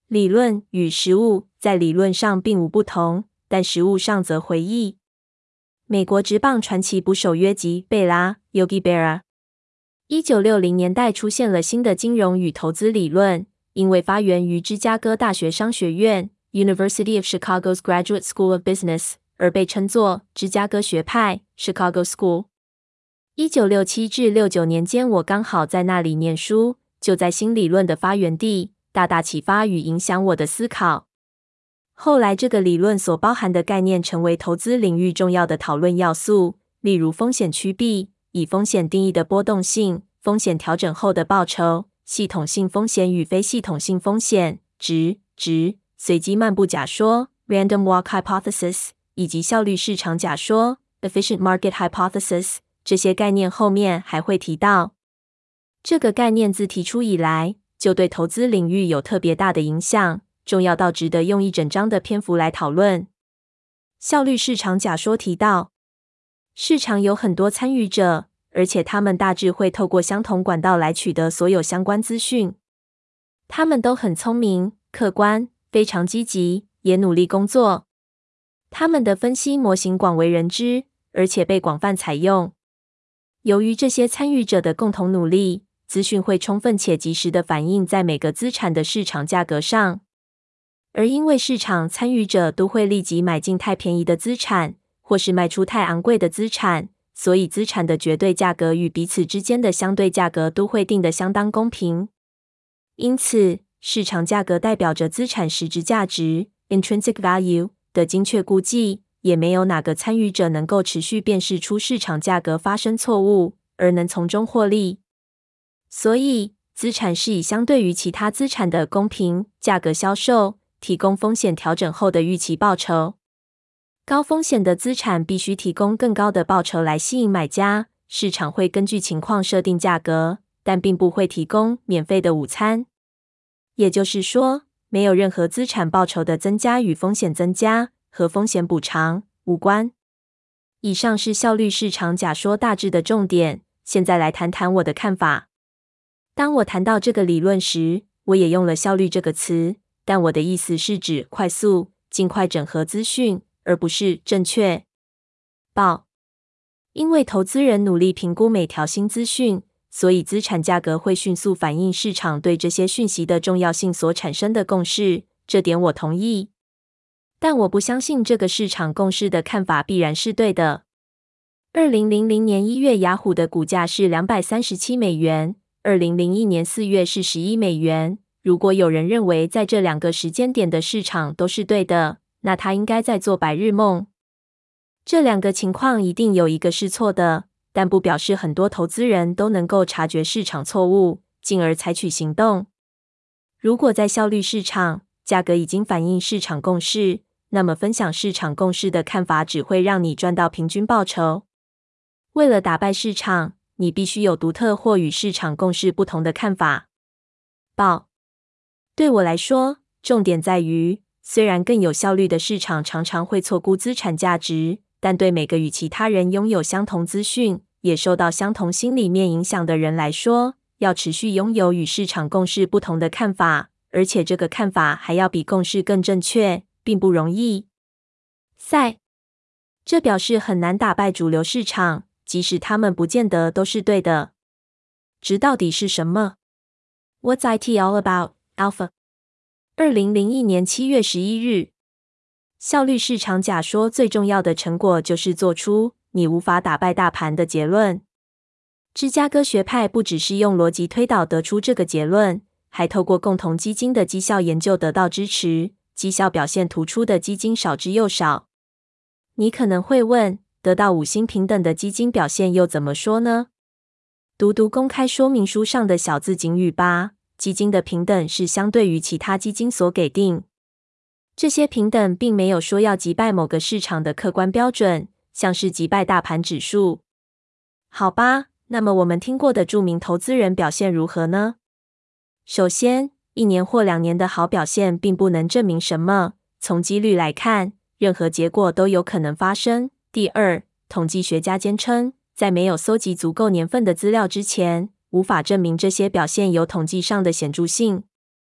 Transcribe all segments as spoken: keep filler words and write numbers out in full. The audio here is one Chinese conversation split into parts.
理论与实务在理论上并无不同，但实务上则回异。美国职棒传奇捕手约吉·贝拉 （Yogi Berra） 一九六零年代出现了新的金融与投资理论，因为发源于芝加哥大学商学院 （University of Chicago's Graduate School of Business） 而被称作芝加哥学派 （Chicago School）。一九六七至六九年间，我刚好在那里念书，就在新理论的发源地，大大启发与影响我的思考。后来，这个理论所包含的概念成为投资领域重要的讨论要素，例如风险趋避、以风险定义的波动性、风险调整后的报酬、系统性风险与非系统性风险、值、值、随机漫步假说 （Random Walk Hypothesis） 以及效率市场假说 （Efficient Market Hypothesis）。这些概念后面还会提到。这个概念自提出以来，就对投资领域有特别大的影响，重要到值得用一整章的篇幅来讨论。效率市场假说提到，市场有很多参与者，而且他们大致会透过相同管道来取得所有相关资讯。他们都很聪明、客观、非常积极，也努力工作。他们的分析模型广为人知，而且被广泛采用。由于这些参与者的共同努力，资讯会充分且及时地反映在每个资产的市场价格上。而因为市场参与者都会立即买进太便宜的资产，或是卖出太昂贵的资产，所以资产的绝对价格与彼此之间的相对价格都会定得相当公平。因此，市场价格代表着资产实质价值 （intrinsic value） 的精确估计。也没有哪个参与者能够持续辨识出市场价格发生错误，而能从中获利。所以，资产是以相对于其他资产的公平价格销售，提供风险调整后的预期报酬。高风险的资产必须提供更高的报酬来吸引买家，市场会根据情况设定价格，但并不会提供免费的午餐。也就是说，没有任何资产报酬的增加与风险增加和风险补偿无关。以上是效率市场假说大致的重点，现在来谈谈我的看法。当我谈到这个理论时，我也用了效率这个词，但我的意思是指快速、尽快整合资讯，而不是正确报。因为投资人努力评估每条新资讯，所以资产价格会迅速反映市场对这些讯息的重要性所产生的共识，这点我同意。但我不相信这个市场共识的看法必然是对的。二零零零年一月，雅虎的股价是两百三十七美元，二零零一年四月是十一美元。如果有人认为在这两个时间点的市场都是对的，那他应该在做白日梦。这两个情况一定有一个是错的，但不表示很多投资人都能够察觉市场错误，进而采取行动。如果在效率市场，价格已经反映市场共识，那么分享市场共识的看法只会让你赚到平均报酬。为了打败市场，你必须有独特或与市场共识不同的看法。报。对我来说，重点在于，虽然更有效率的市场常常会错估资产价值，但对每个与其他人拥有相同资讯，也受到相同心理面影响的人来说，要持续拥有与市场共识不同的看法，而且这个看法还要比共识更正确，并不容易。赛，这表示很难打败主流市场，即使他们不见得都是对的。值到底是什么 ？What's I T all about? Alpha。二零零一年七月十一日，效率市场假说最重要的成果就是做出你无法打败大盘的结论。芝加哥学派不只是用逻辑推导得出这个结论，还透过共同基金的绩效研究得到支持，绩效表现突出的基金少之又少。你可能会问，得到五星评等的基金表现又怎么说呢？读读公开说明书上的小字警语吧。基金的评等是相对于其他基金所给定。这些评等并没有说要击败某个市场的客观标准，像是击败大盘指数。好吧，那么我们听过的著名投资人表现如何呢？首先，一年或两年的好表现并不能证明什么，从几率来看，任何结果都有可能发生。第二，统计学家坚称，在没有搜集足够年份的资料之前，无法证明这些表现有统计上的显著性。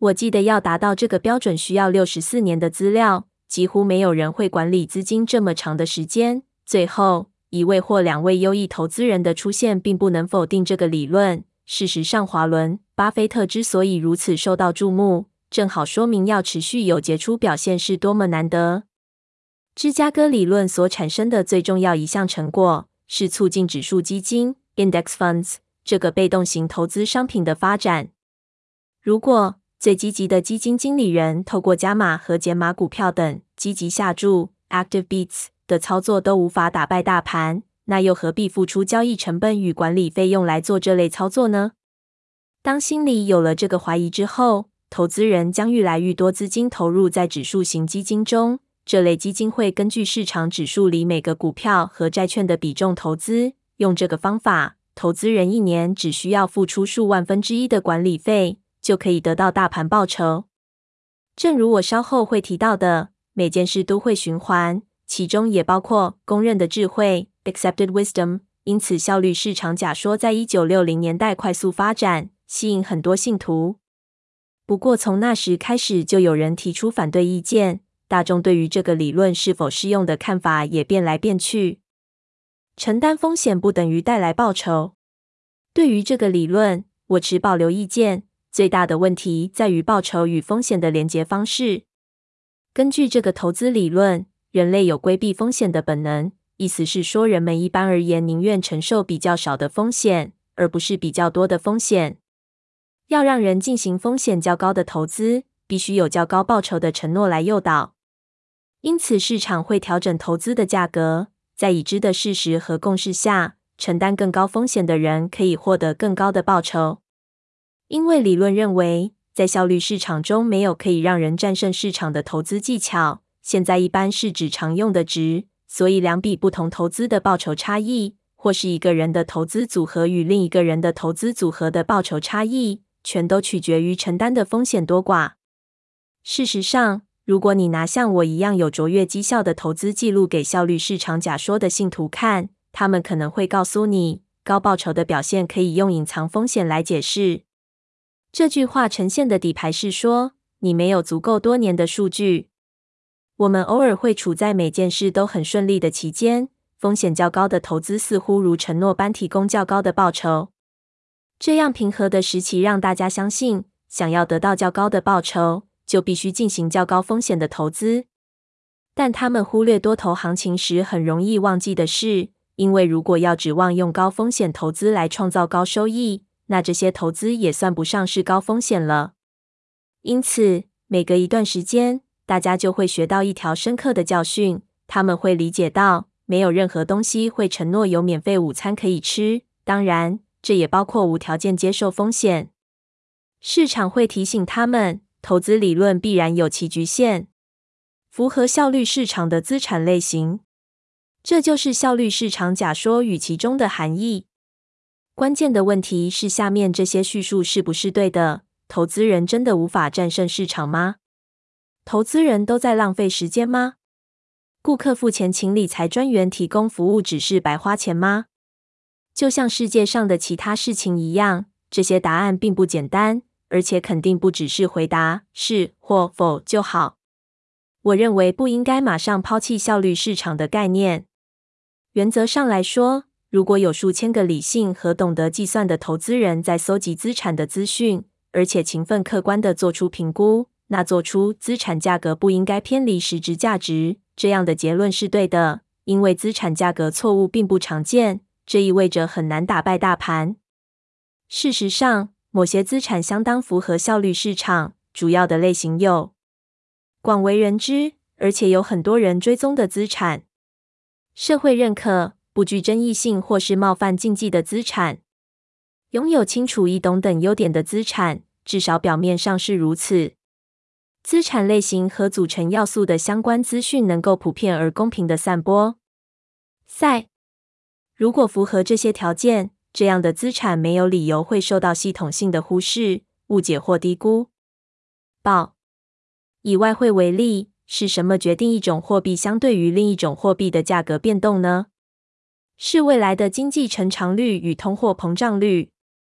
我记得要达到这个标准需要六十四年的资料，几乎没有人会管理资金这么长的时间。最后，一位或两位优异投资人的出现并不能否定这个理论。事实上，华伦·巴菲特之所以如此受到注目，正好说明要持续有杰出表现是多么难得。芝加哥理论所产生的最重要一项成果，是促进指数基金 （index funds） 这个被动型投资商品的发展。如果最积极的基金经理人透过加码和减码股票等积极下注 （active bets） 的操作都无法打败大盘，那又何必付出交易成本与管理费用来做这类操作呢？当心里有了这个怀疑之后，投资人将愈来愈多资金投入在指数型基金中。这类基金会根据市场指数里每个股票和债券的比重投资。用这个方法，投资人一年只需要付出数万分之一的管理费，就可以得到大盘报酬。正如我稍后会提到的，每件事都会循环，其中也包括公认的智慧 （accepted wisdom）。因此，效率市场假说在一九六零年代快速发展，吸引很多信徒。不过，从那时开始，就有人提出反对意见。大众对于这个理论是否适用的看法也变来变去。承担风险不等于带来报酬。对于这个理论，我持保留意见。最大的问题在于报酬与风险的连结方式。根据这个投资理论，人类有规避风险的本能，意思是说，人们一般而言宁愿承受比较少的风险，而不是比较多的风险。要让人进行风险较高的投资，必须有较高报酬的承诺来诱导。因此，市场会调整投资的价格，在已知的事实和共识下，承担更高风险的人可以获得更高的报酬。因为理论认为，在效率市场中没有可以让人战胜市场的投资技巧，现在一般是指常用的值，所以两笔不同投资的报酬差异，或是一个人的投资组合与另一个人的投资组合的报酬差异，全都取决于承担的风险多寡。事实上，如果你拿像我一样有卓越绩效的投资记录给效率市场假说的信徒看，他们可能会告诉你，高报酬的表现可以用隐藏风险来解释。这句话呈现的底牌是说，你没有足够多年的数据。我们偶尔会处在每件事都很顺利的期间，风险较高的投资似乎如承诺般提供较高的报酬。这样平和的时期让大家相信，想要得到较高的报酬，就必须进行较高风险的投资。但他们忽略多头行情时很容易忘记的是，因为如果要指望用高风险投资来创造高收益，那这些投资也算不上是高风险了。因此，每隔一段时间，大家就会学到一条深刻的教训，他们会理解到，没有任何东西会承诺有免费午餐可以吃，当然，这也包括无条件接受风险。市场会提醒他们，投资理论必然有其局限。符合效率市场的资产类型，这就是效率市场假说与其中的含义。关键的问题是下面这些叙述是不是对的？投资人真的无法战胜市场吗？投资人都在浪费时间吗？顾客付钱请理财专员提供服务只是白花钱吗？就像世界上的其他事情一样，这些答案并不简单，而且肯定不只是回答是或否就好。我认为不应该马上抛弃效率市场的概念。原则上来说，如果有数千个理性和懂得计算的投资人在搜集资产的资讯，而且勤奋客观地做出评估，那做出资产价格不应该偏离实质价值，这样的结论是对的，因为资产价格错误并不常见，这意味着很难打败大盘。事实上，某些资产相当符合效率市场，主要的类型有广为人知，而且有很多人追踪的资产，社会认可、不具争议性或是冒犯禁忌的资产，拥有清楚易懂等优点的资产，至少表面上是如此。资产类型和组成要素的相关资讯能够普遍而公平地散播。赛，如果符合这些条件，这样的资产没有理由会受到系统性的忽视、误解或低估。报，以外汇为例，是什么决定一种货币相对于另一种货币的价格变动呢？是未来的经济成长率与通货膨胀率。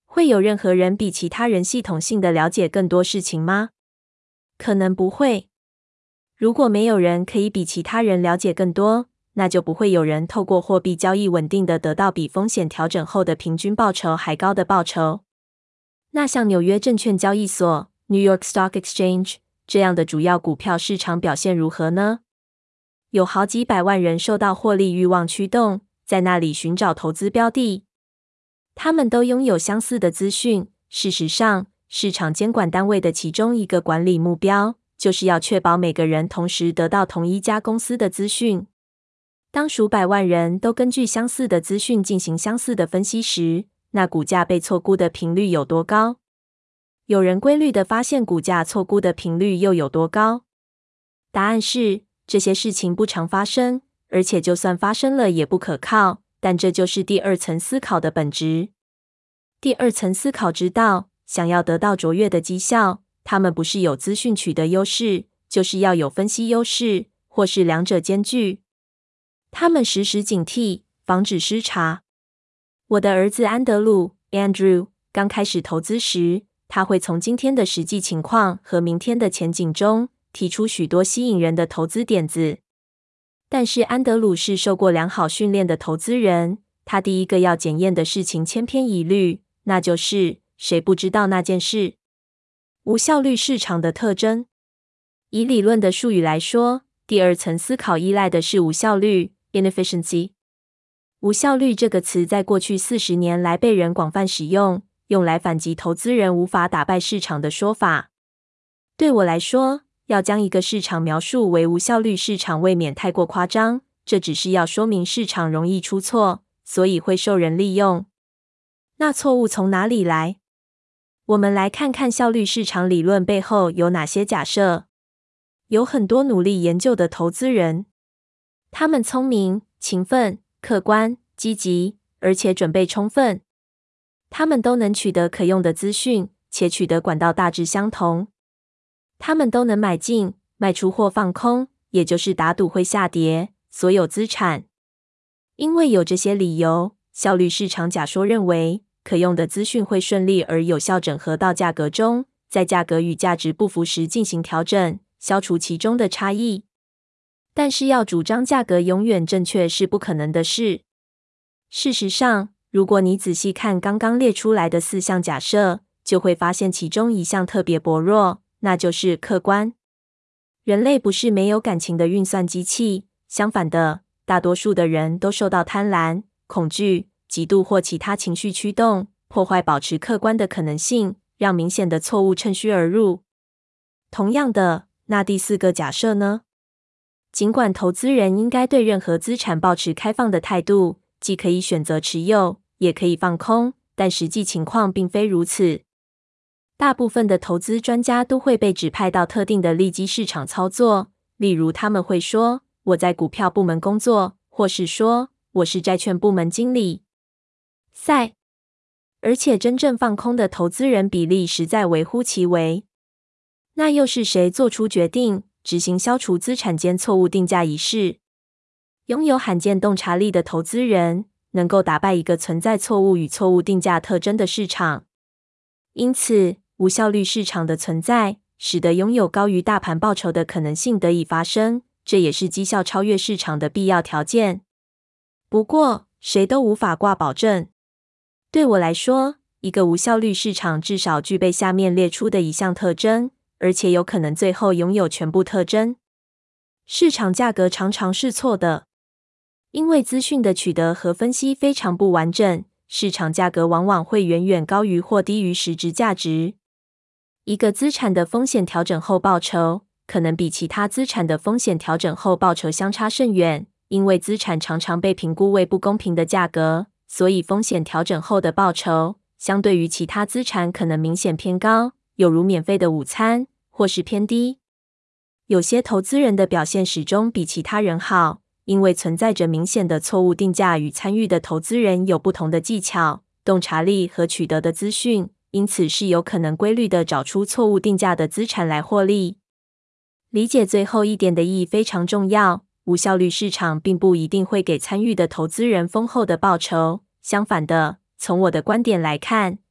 会有任何人比其他人系统性的了解更多事情吗？可能不会。如果没有人可以比其他人了解更多，那就不会有人透过货币交易稳定的得到比风险调整后的平均报酬还高的报酬。那像纽约证券交易所 （New York Stock Exchange） 这样的主要股票市场表现如何呢？有好几百万人受到获利欲望驱动，在那里寻找投资标的。他们都拥有相似的资讯。事实上，市场监管单位的其中一个管理目标，就是要确保每个人同时得到同一家公司的资讯。当数百万人都根据相似的资讯进行相似的分析时，那股价被错估的频率有多高？有人规律地发现股价错估的频率又有多高？答案是，这些事情不常发生，而且就算发生了也不可靠，但这就是第二层思考的本质。第二层思考知道，想要得到卓越的绩效，他们不是有资讯取得优势，就是要有分析优势，或是两者兼具。他们时时警惕，防止失察。我的儿子安德鲁 （Andrew） 刚开始投资时，他会从今天的实际情况和明天的前景中提出许多吸引人的投资点子。但是安德鲁是受过良好训练的投资人，他第一个要检验的事情千篇一律，那就是谁不知道那件事。无效率市场的特征。以理论的术语来说，第二层思考依赖的是无效率 （inefficiency）。无效率这个词在过去四十年来被人广泛使用，用来反击投资人无法打败市场的说法。对我来说，要将一个市场描述为无效率市场未免太过夸张，这只是要说明市场容易出错，所以会受人利用。那错误从哪里来？我们来看看效率市场理论背后有哪些假设。有很多努力研究的投资人，他们聪明、勤奋、客观、积极，而且准备充分。他们都能取得可用的资讯，且取得管道大致相同。他们都能买进、卖出或放空，也就是打赌会下跌，所有资产。因为有这些理由，效率市场假说认为，可用的资讯会顺利而有效整合到价格中，在价格与价值不符时进行调整，消除其中的差异。但是要主张价格永远正确是不可能的事。事实上，如果你仔细看刚刚列出来的四项假设，就会发现其中一项特别薄弱，那就是客观。人类不是没有感情的运算机器，相反的，大多数的人都受到贪婪、恐惧、嫉妒或其他情绪驱动，破坏保持客观的可能性，让明显的错误趁虚而入。同样的，那第四个假设呢？尽管投资人应该对任何资产抱持开放的态度，既可以选择持有，也可以放空，但实际情况并非如此。大部分的投资专家都会被指派到特定的利基市场操作，例如他们会说，我在股票部门工作，或是说，我是债券部门经理。赛，而且真正放空的投资人比例实在微乎其微。那又是谁做出决定，执行消除资产间错误定价一事？拥有罕见洞察力的投资人，能够打败一个存在错误与错误定价特征的市场。因此，无效率市场的存在，使得拥有高于大盘报酬的可能性得以发生，这也是绩效超越市场的必要条件。不过，谁都无法挂保证。对我来说，一个无效率市场至少具备下面列出的一项特征，而且有可能最后拥有全部特征。市场价格常常是错的，因为资讯的取得和分析非常不完整，市场价格往往会远远高于或低于实质价值。一个资产的风险调整后报酬，可能比其他资产的风险调整后报酬相差甚远，因为资产常常被评估为不公平的价格，所以风险调整后的报酬，相对于其他资产可能明显偏高，有如免费的午餐，或是偏低。有些投资人的表现始终比其他人好，因为存在着明显的错误定价与参与的投资人有不同的技巧、洞察力和取得的资讯，因此是有可能规律地找出错误定价的资产来获利。理解最后一点的意义非常重要，无效率市场并不一定会给参与的投资人丰厚的报酬，相反的，从我的观点来看，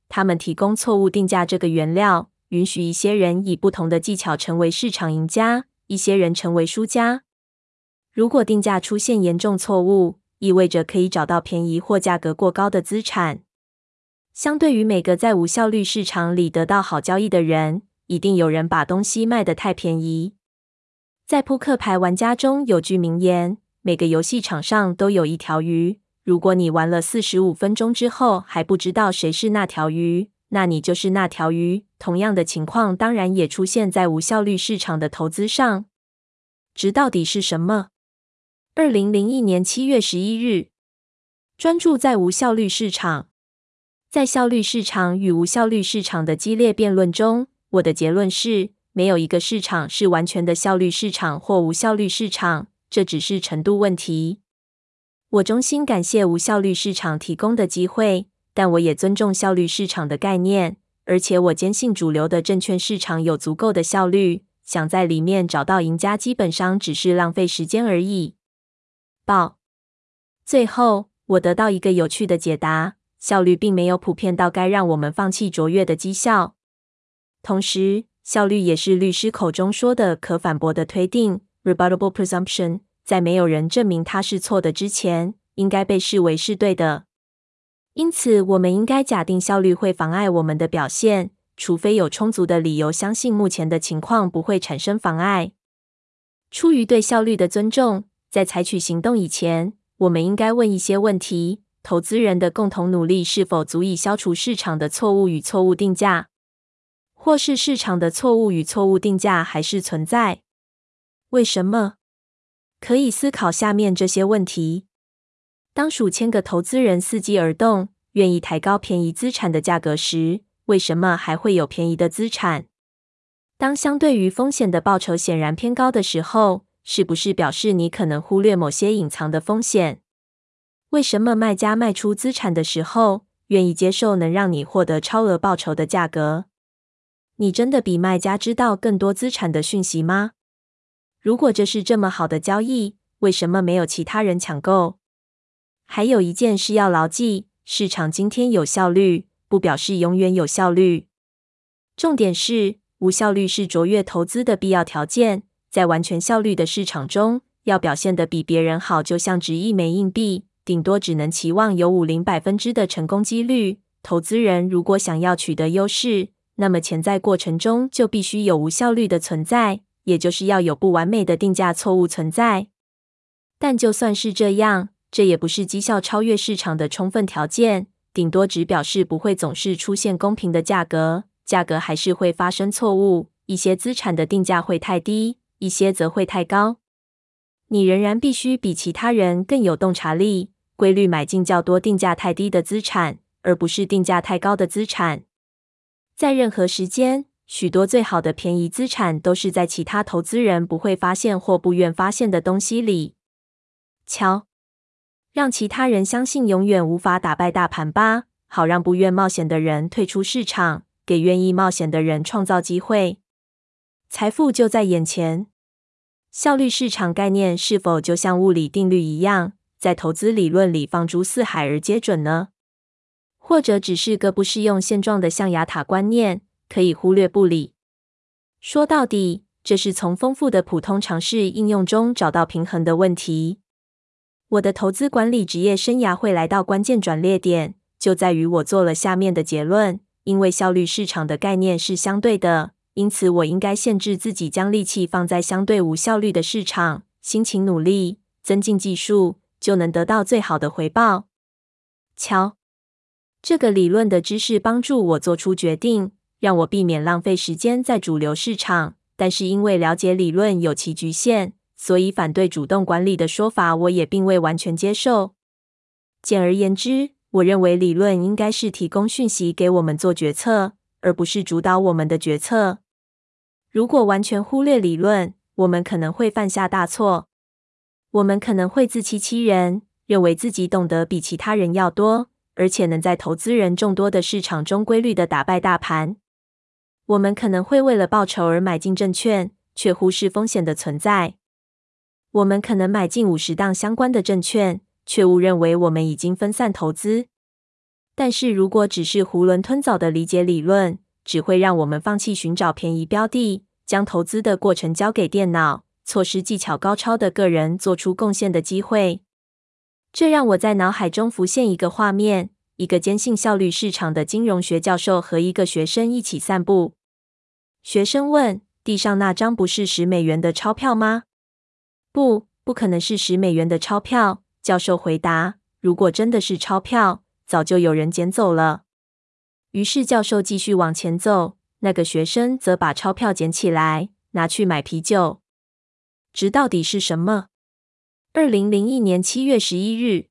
他们提供错误定价这个原料，允许一些人以不同的技巧成为市场赢家，一些人成为输家。如果定价出现严重错误，意味着可以找到便宜或价格过高的资产。相对于每个在无效率市场里得到好交易的人，一定有人把东西卖得太便宜。在扑克牌玩家中有句名言，每个游戏场上都有一条鱼，如果你玩了四十五分钟之后还不知道谁是那条鱼，那你就是那条鱼。同样的情况当然也出现在无效率市场的投资上。值到底是什么？二零零一年七月十一日，专注在无效率市场。在效率市场与无效率市场的激烈辩论中，我的结论是，没有一个市场是完全的效率市场或无效率市场，这只是程度问题。我衷心感谢无效率市场提供的机会，但我也尊重效率市场的概念，而且我坚信主流的证券市场有足够的效率，想在里面找到赢家基本上只是浪费时间而已。报。最后，我得到一个有趣的解答，效率并没有普遍到该让我们放弃卓越的绩效。同时，效率也是律师口中说的可反驳的推定 （rebuttable presumption）， 在没有人证明它是错的之前，应该被视为是对的。因此，我们应该假定效率会妨碍我们的表现，除非有充足的理由相信目前的情况不会产生妨碍。出于对效率的尊重，在采取行动以前，我们应该问一些问题：投资人的共同努力是否足以消除市场的错误与错误定价？或是市场的错误与错误定价还是存在？为什么？可以思考下面这些问题。当数千个投资人伺机而动，愿意抬高便宜资产的价格时，为什么还会有便宜的资产？当相对于风险的报酬显然偏高的时候，是不是表示你可能忽略某些隐藏的风险？为什么卖家卖出资产的时候，愿意接受能让你获得超额报酬的价格？你真的比卖家知道更多资产的讯息吗？如果这是这么好的交易，为什么没有其他人抢购？还有一件事要牢记，市场今天有效率，不表示永远有效率。重点是，无效率是卓越投资的必要条件。在完全效率的市场中，要表现得比别人好，就像值一枚硬币，顶多只能期望有五零百分之的成功几率。投资人如果想要取得优势，那么潜在过程中就必须有无效率的存在，也就是要有不完美的定价错误存在。但就算是这样，这也不是绩效超越市场的充分条件，顶多只表示不会总是出现公平的价格，价格还是会发生错误，一些资产的定价会太低，一些则会太高。你仍然必须比其他人更有洞察力，规律买进较多定价太低的资产，而不是定价太高的资产。在任何时间，许多最好的便宜资产都是在其他投资人不会发现或不愿发现的东西里。瞧，让其他人相信永远无法打败大盘吧，好让不愿冒险的人退出市场，给愿意冒险的人创造机会。财富就在眼前。效率市场概念是否就像物理定律一样，在投资理论里放诸四海而皆准呢？或者只是个不适用现状的象牙塔观念，可以忽略不理？说到底，这是从丰富的普通常识应用中找到平衡的问题。我的投资管理职业生涯会来到关键转捩点，就在于我做了下面的结论：因为效率市场的概念是相对的，因此我应该限制自己将力气放在相对无效率的市场，辛勤努力，增进技术，就能得到最好的回报。瞧，这个理论的知识帮助我做出决定，让我避免浪费时间在主流市场，但是因为了解理论有其局限，所以反对主动管理的说法我也并未完全接受。简而言之，我认为理论应该是提供讯息给我们做决策，而不是主导我们的决策。如果完全忽略理论，我们可能会犯下大错。我们可能会自欺欺人，认为自己懂得比其他人要多，而且能在投资人众多的市场中规律地打败大盘。我们可能会为了报酬而买进证券，却忽视风险的存在。我们可能买进五十档相关的证券，却误认为我们已经分散投资。 但是如果只是囫囵吞枣的理解理论，只会让我们放弃寻找便宜标的，将投资的过程交给电脑，错失技巧高超的个人做出贡献的机会。这让我在脑海中浮现一个画面：一个坚信效率市场的金融学教授和一个学生一起散步。学生问：“地上那张不是十美元的钞票吗？”“不，不可能是十美元的钞票。”教授回答。“如果真的是钞票，早就有人捡走了。”于是教授继续往前走，那个学生则把钞票捡起来，拿去买啤酒。这到底是什么？二零零一年七月十一日，